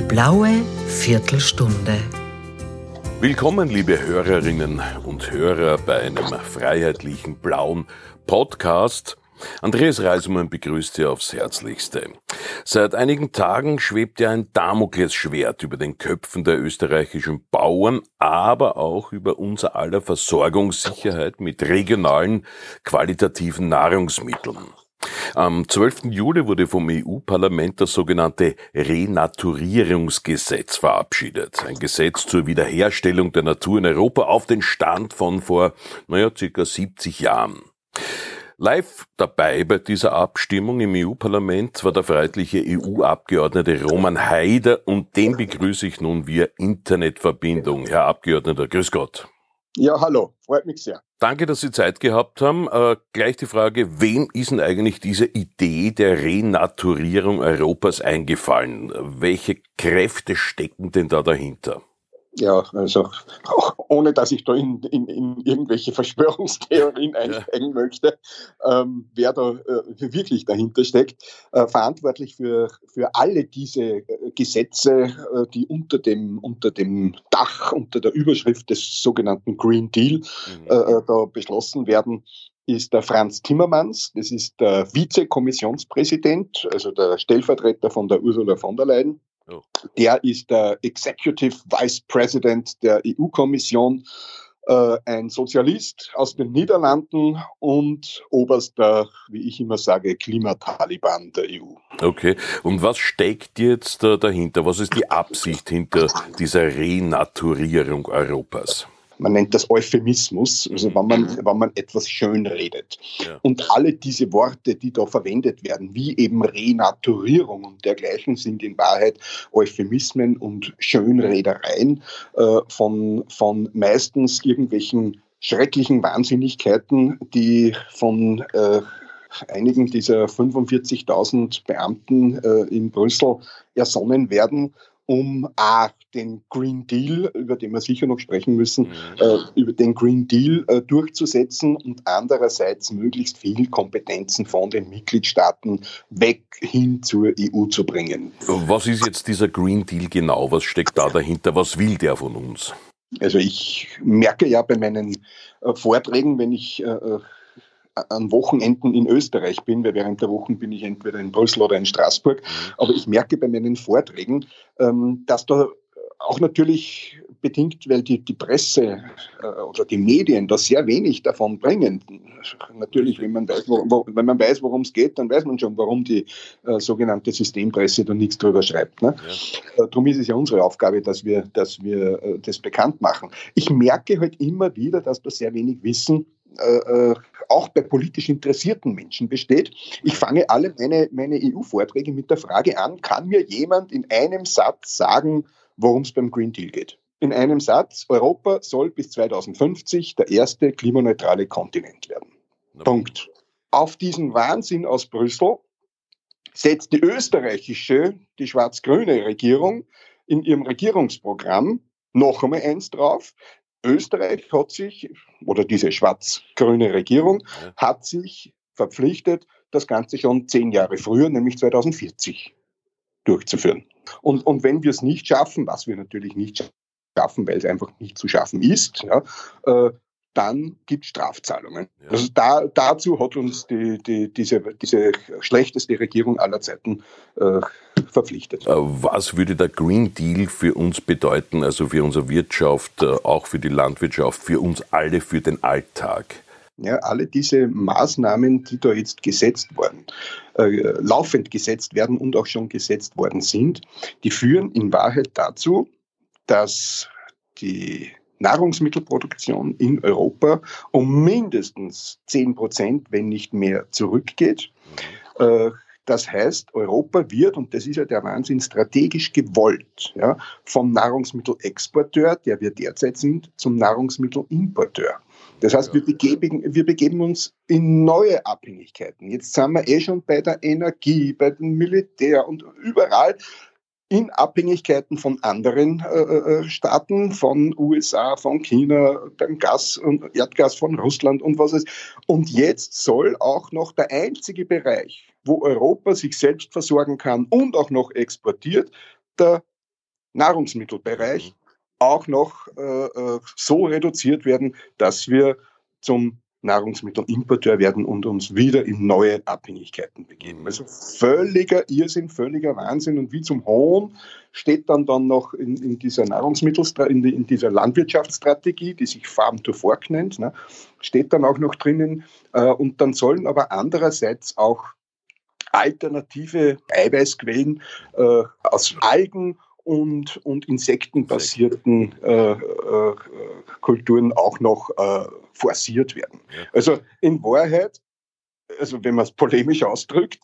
blaue Viertelstunde. Willkommen, liebe Hörerinnen und Hörer, bei einem freiheitlichen blauen Podcast. Andreas Reisumann begrüßt Sie aufs Herzlichste. Seit einigen Tagen schwebt ja ein Damoklesschwert über den Köpfen der österreichischen Bauern, aber auch über unser aller Versorgungssicherheit mit regionalen, qualitativen Nahrungsmitteln. Am 12. Juli wurde vom EU-Parlament das sogenannte Renaturierungsgesetz verabschiedet. Ein Gesetz zur Wiederherstellung der Natur in Europa auf den Stand von vor, circa 70 Jahren. Live dabei bei dieser Abstimmung im EU-Parlament war der freiheitliche EU-Abgeordnete Roman Heider und den begrüße ich nun via Internetverbindung. Herr Abgeordneter, grüß Gott. Ja, hallo, freut mich sehr. Danke, dass Sie Zeit gehabt haben. Gleich die Frage, wem ist denn eigentlich diese Idee der Renaturierung Europas eingefallen? Welche Kräfte stecken denn da dahinter? Ja, also auch ohne, dass ich da in irgendwelche Verschwörungstheorien einsteigen möchte, wer da wirklich dahinter steckt, verantwortlich für alle diese Gesetze, die unter dem Dach, unter der Überschrift des sogenannten Green Deal da beschlossen werden, ist der Franz Timmermans, das ist der Vizekommissionspräsident, also der Stellvertreter von der Ursula von der Leyen. Oh. Der ist der Executive Vice President der EU-Kommission, ein Sozialist aus den Niederlanden und oberster, wie ich immer sage, Klimataliban der EU. Okay, und was steckt jetzt dahinter? Was ist die Absicht hinter dieser Renaturierung Europas? Man nennt das Euphemismus, also wenn man etwas schön redet. Ja. Und alle diese Worte, die da verwendet werden, wie eben Renaturierung und dergleichen, sind in Wahrheit Euphemismen und Schönredereien von meistens irgendwelchen schrecklichen Wahnsinnigkeiten, die von einigen dieser 45.000 Beamten in Brüssel ersonnen werden, um den Green Deal, über den wir sicher noch sprechen müssen, über den Green Deal durchzusetzen und andererseits möglichst viel Kompetenzen von den Mitgliedstaaten weg hin zur EU zu bringen. Was ist jetzt dieser Green Deal genau? Was steckt da dahinter? Was will der von uns? Also ich merke ja bei meinen Vorträgen, wenn ich an Wochenenden in Österreich bin, weil während der Wochen bin ich entweder in Brüssel oder in Straßburg, aber ich merke bei meinen Vorträgen, dass da auch natürlich bedingt, weil die Presse oder die Medien da sehr wenig davon bringen. Natürlich, wenn man weiß, worum es geht, dann weiß man schon, warum die sogenannte Systempresse da nichts drüber schreibt. Ne? Ja. Darum ist es ja unsere Aufgabe, dass wir das bekannt machen. Ich merke halt immer wieder, dass da sehr wenig Wissen auch bei politisch interessierten Menschen besteht. Ich fange alle meine EU-Vorträge mit der Frage an, kann mir jemand in einem Satz sagen, worum es beim Green Deal geht? In einem Satz, Europa soll bis 2050 der erste klimaneutrale Kontinent werden. Punkt. Auf diesen Wahnsinn aus Brüssel setzt die schwarz-grüne Regierung in ihrem Regierungsprogramm noch einmal eins drauf. Österreich hat sich, oder diese schwarz-grüne Regierung, hat sich verpflichtet, das Ganze schon 10 Jahre früher, nämlich 2040, durchzuführen. Und wenn wir es nicht schaffen, was wir natürlich nicht schaffen, weil es einfach nicht zu schaffen ist, dann gibt es Strafzahlungen. Ja. Also dazu hat uns diese schlechteste Regierung aller Zeiten verpflichtet. Was würde der Green Deal für uns bedeuten, also für unsere Wirtschaft, auch für die Landwirtschaft, für uns alle, für den Alltag? Ja, alle diese Maßnahmen, die da jetzt laufend gesetzt werden und auch schon gesetzt worden sind, die führen in Wahrheit dazu, dass die Nahrungsmittelproduktion in Europa um mindestens 10%, wenn nicht mehr, zurückgeht. Das heißt, Europa wird, und das ist ja der Wahnsinn, strategisch gewollt, vom Nahrungsmittelexporteur, der wir derzeit sind, zum Nahrungsmittelimporteur. Das heißt, wir begeben uns in neue Abhängigkeiten. Jetzt sind wir schon bei der Energie, bei dem Militär und überall in Abhängigkeiten von anderen Staaten, von USA, von China, beim Gas und Erdgas von Russland und was es. Und jetzt soll auch noch der einzige Bereich, wo Europa sich selbst versorgen kann und auch noch exportiert, der Nahrungsmittelbereich auch noch so reduziert werden, dass wir zum Nahrungsmittelimporteur werden und uns wieder in neue Abhängigkeiten begeben. Also völliger Irrsinn, völliger Wahnsinn. Und wie zum Hohn steht dann noch in dieser in dieser Landwirtschaftsstrategie, die sich Farm to Fork nennt, ne, steht dann auch noch drinnen. Und dann sollen aber andererseits auch alternative Eiweißquellen aus Algen und insektenbasierten Kulturen auch noch forciert werden. Ja. Also in Wahrheit, also wenn man es polemisch ausdrückt,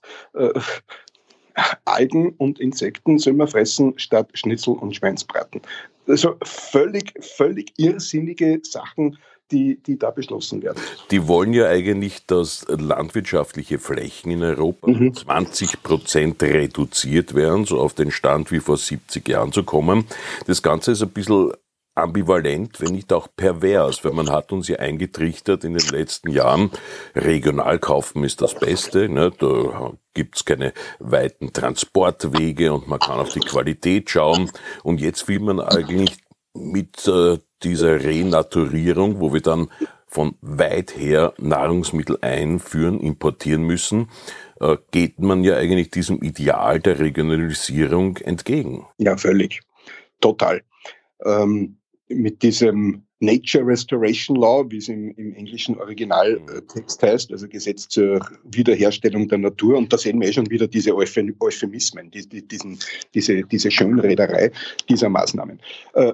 Algen und Insekten soll man fressen statt Schnitzel und Schweinsbraten. Also völlig irrsinnige Sachen, die da beschlossen werden. Die wollen ja eigentlich, dass landwirtschaftliche Flächen in Europa 20% reduziert werden, so auf den Stand wie vor 70 Jahren zu kommen. Das Ganze ist ein bisschen ambivalent, wenn nicht auch pervers, weil man hat uns ja eingetrichtert in den letzten Jahren, regional kaufen ist das Beste, ne? Da gibt's keine weiten Transportwege und man kann auf die Qualität schauen. Und jetzt will man eigentlich mit dieser Renaturierung, wo wir dann von weit her Nahrungsmittel einführen, importieren müssen, geht man ja eigentlich diesem Ideal der Regionalisierung entgegen. Ja, völlig. Total. Mit diesem Nature Restoration Law, wie es im englischen Originaltext heißt, also Gesetz zur Wiederherstellung der Natur. Und da sehen wir schon wieder diese Euphemismen, diese Schönrederei dieser Maßnahmen.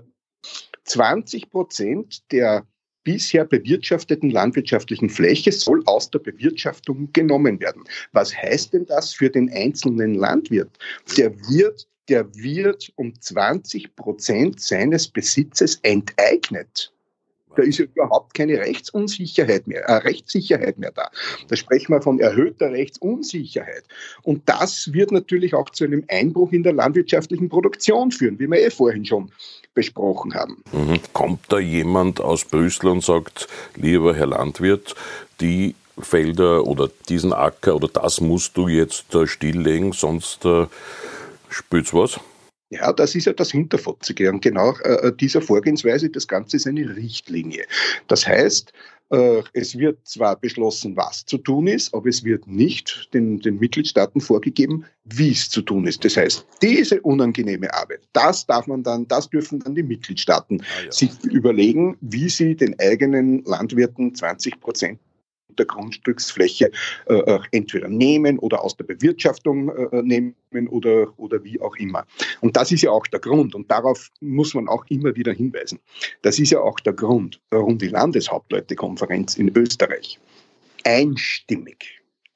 20% der bisher bewirtschafteten landwirtschaftlichen Fläche soll aus der Bewirtschaftung genommen werden. Was heißt denn das für den einzelnen Landwirt? Der wird um 20% seines Besitzes enteignet. Da ist ja überhaupt keine Rechtssicherheit mehr da. Da sprechen wir von erhöhter Rechtsunsicherheit. Und das wird natürlich auch zu einem Einbruch in der landwirtschaftlichen Produktion führen, wie wir vorhin schon besprochen haben. Kommt da jemand aus Brüssel und sagt, lieber Herr Landwirt, die Felder oder diesen Acker oder das musst du jetzt stilllegen, sonst spürt's was? Ja, das ist ja das Hinterfotzige. Und genau dieser Vorgehensweise, das Ganze ist eine Richtlinie. Das heißt, es wird zwar beschlossen, was zu tun ist, aber es wird nicht den Mitgliedstaaten vorgegeben, wie es zu tun ist. Das heißt, diese unangenehme Arbeit, das dürfen dann die Mitgliedstaaten sich überlegen, wie sie den eigenen Landwirten 20% der Grundstücksfläche entweder nehmen oder aus der Bewirtschaftung nehmen oder wie auch immer. Und das ist ja auch der Grund, und darauf muss man auch immer wieder hinweisen. Das ist ja auch der Grund, warum die Landeshauptleutekonferenz in Österreich einstimmig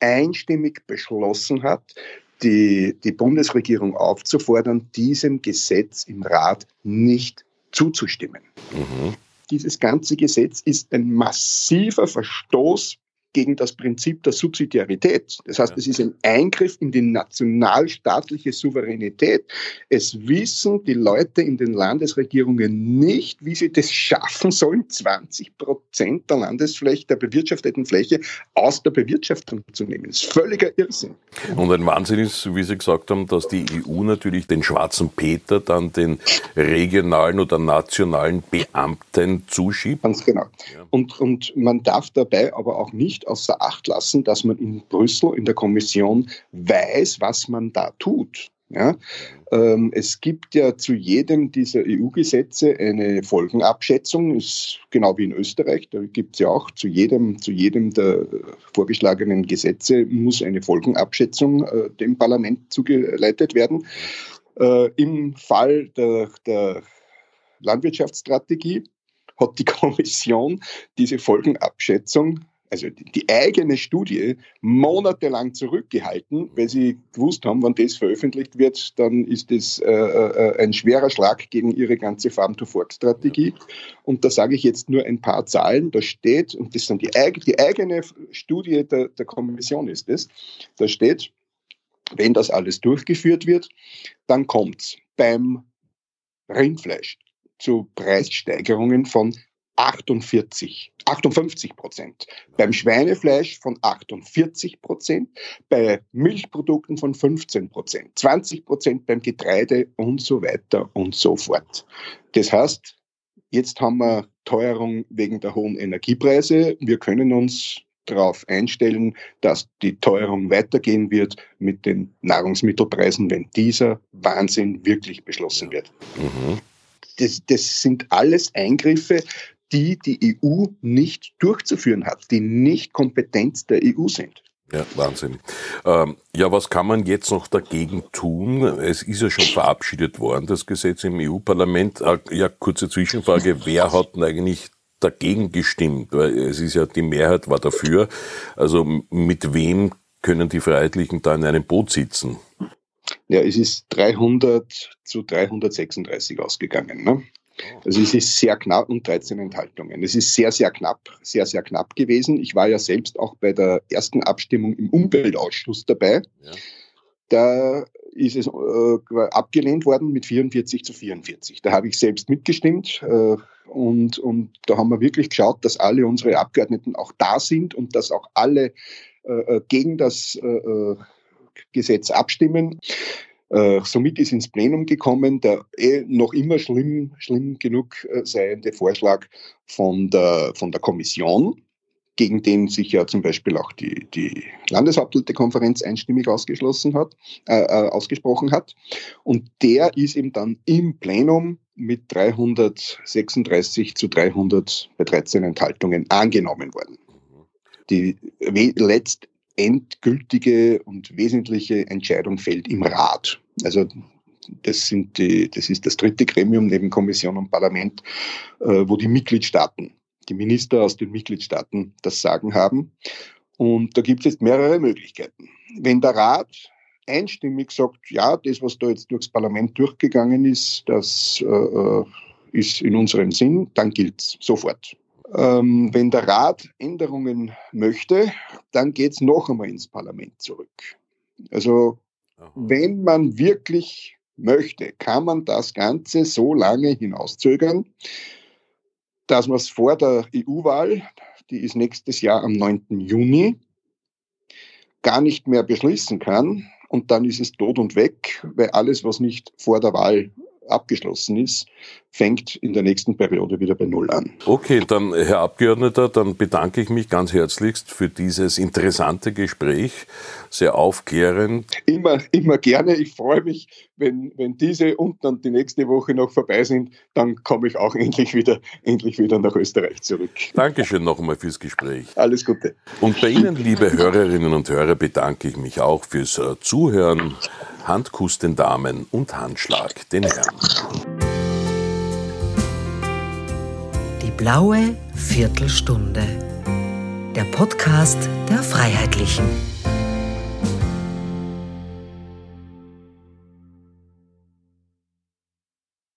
beschlossen hat, die Bundesregierung aufzufordern, diesem Gesetz im Rat nicht zuzustimmen. Dieses ganze Gesetz ist ein massiver Verstoß gegen das Prinzip der Subsidiarität. Das heißt, es ist ein Eingriff in die nationalstaatliche Souveränität. Es wissen die Leute in den Landesregierungen nicht, wie sie das schaffen sollen, 20% der Landesfläche, der bewirtschafteten Fläche aus der Bewirtschaftung zu nehmen. Das ist völliger Irrsinn. Und ein Wahnsinn ist, wie Sie gesagt haben, dass die EU natürlich den schwarzen Peter dann den regionalen oder nationalen Beamten zuschiebt. Ganz genau. Ja. Und man darf dabei aber auch nicht außer Acht lassen, dass man in Brüssel, in der Kommission, weiß, was man da tut. Ja? Es gibt ja zu jedem dieser EU-Gesetze eine Folgenabschätzung, ist genau wie in Österreich, da gibt es ja auch zu jedem der vorgeschlagenen Gesetze muss eine Folgenabschätzung dem Parlament zugeleitet werden. Im Fall der Landwirtschaftsstrategie hat die Kommission diese Folgenabschätzung, also die eigene Studie, monatelang zurückgehalten, weil sie gewusst haben, wenn das veröffentlicht wird, dann ist das ein schwerer Schlag gegen ihre ganze Farm-to-Fork-Strategie. Und da sage ich jetzt nur ein paar Zahlen. Da steht, und das sind die eigene Studie der Kommission ist das, da steht, wenn das alles durchgeführt wird, dann kommt es beim Rindfleisch zu Preissteigerungen von 58%, beim Schweinefleisch von 48%, bei Milchprodukten von 15%, 20% beim Getreide und so weiter und so fort. Das heißt, jetzt haben wir Teuerung wegen der hohen Energiepreise. Wir können uns darauf einstellen, dass die Teuerung weitergehen wird mit den Nahrungsmittelpreisen, wenn dieser Wahnsinn wirklich beschlossen wird. Mhm. Das sind alles Eingriffe, die die EU nicht durchzuführen hat, die nicht Kompetenz der EU sind. Ja, Wahnsinn. Ja, was kann man jetzt noch dagegen tun? Es ist ja schon verabschiedet worden, das Gesetz im EU-Parlament. Ja, kurze Zwischenfrage, wer hat denn eigentlich dagegen gestimmt? Weil es ist ja, die Mehrheit war dafür. Also mit wem können die Freiheitlichen da in einem Boot sitzen? Ja, es ist 300-336 ausgegangen, ne? Also es ist sehr knapp und 13 Enthaltungen. Es ist sehr, sehr knapp gewesen. Ich war ja selbst auch bei der ersten Abstimmung im Umweltausschuss dabei. Ja. Da ist es abgelehnt worden mit 44-44. Da habe ich selbst mitgestimmt und da haben wir wirklich geschaut, dass alle unsere Abgeordneten auch da sind und dass auch alle gegen das Gesetz abstimmen. Somit ist ins Plenum gekommen der noch immer schlimm genug seiende Vorschlag von der Kommission, gegen den sich ja zum Beispiel auch die Landeshauptleute-Konferenz einstimmig ausgesprochen hat. Und der ist eben dann im Plenum mit 336-300 bei 13 Enthaltungen angenommen worden. Die endgültige und wesentliche Entscheidung fällt im Rat. Also das ist das dritte Gremium neben Kommission und Parlament, wo die Mitgliedstaaten, die Minister aus den Mitgliedstaaten das Sagen haben. Und da gibt es jetzt mehrere Möglichkeiten. Wenn der Rat einstimmig sagt, ja, das, was da jetzt durchs Parlament durchgegangen ist, das ist in unserem Sinn, dann gilt es sofort. Wenn der Rat Änderungen möchte, dann geht es noch einmal ins Parlament zurück. Also wenn man wirklich möchte, kann man das Ganze so lange hinauszögern, dass man es vor der EU-Wahl, die ist nächstes Jahr am 9. Juni, gar nicht mehr beschließen kann. Und dann ist es tot und weg, weil alles, was nicht vor der Wahl abgeschlossen ist, fängt in der nächsten Periode wieder bei Null an. Okay, dann Herr Abgeordneter, dann bedanke ich mich ganz herzlichst für dieses interessante Gespräch, sehr aufklärend. Immer gerne. Ich freue mich, wenn diese und dann die nächste Woche noch vorbei sind, dann komme ich auch endlich wieder nach Österreich zurück. Dankeschön noch einmal fürs Gespräch. Alles Gute. Und bei Ihnen, liebe Hörerinnen und Hörer, bedanke ich mich auch fürs Zuhören. Handkuss den Damen und Handschlag den Herren. Die blaue Viertelstunde. Der Podcast der Freiheitlichen.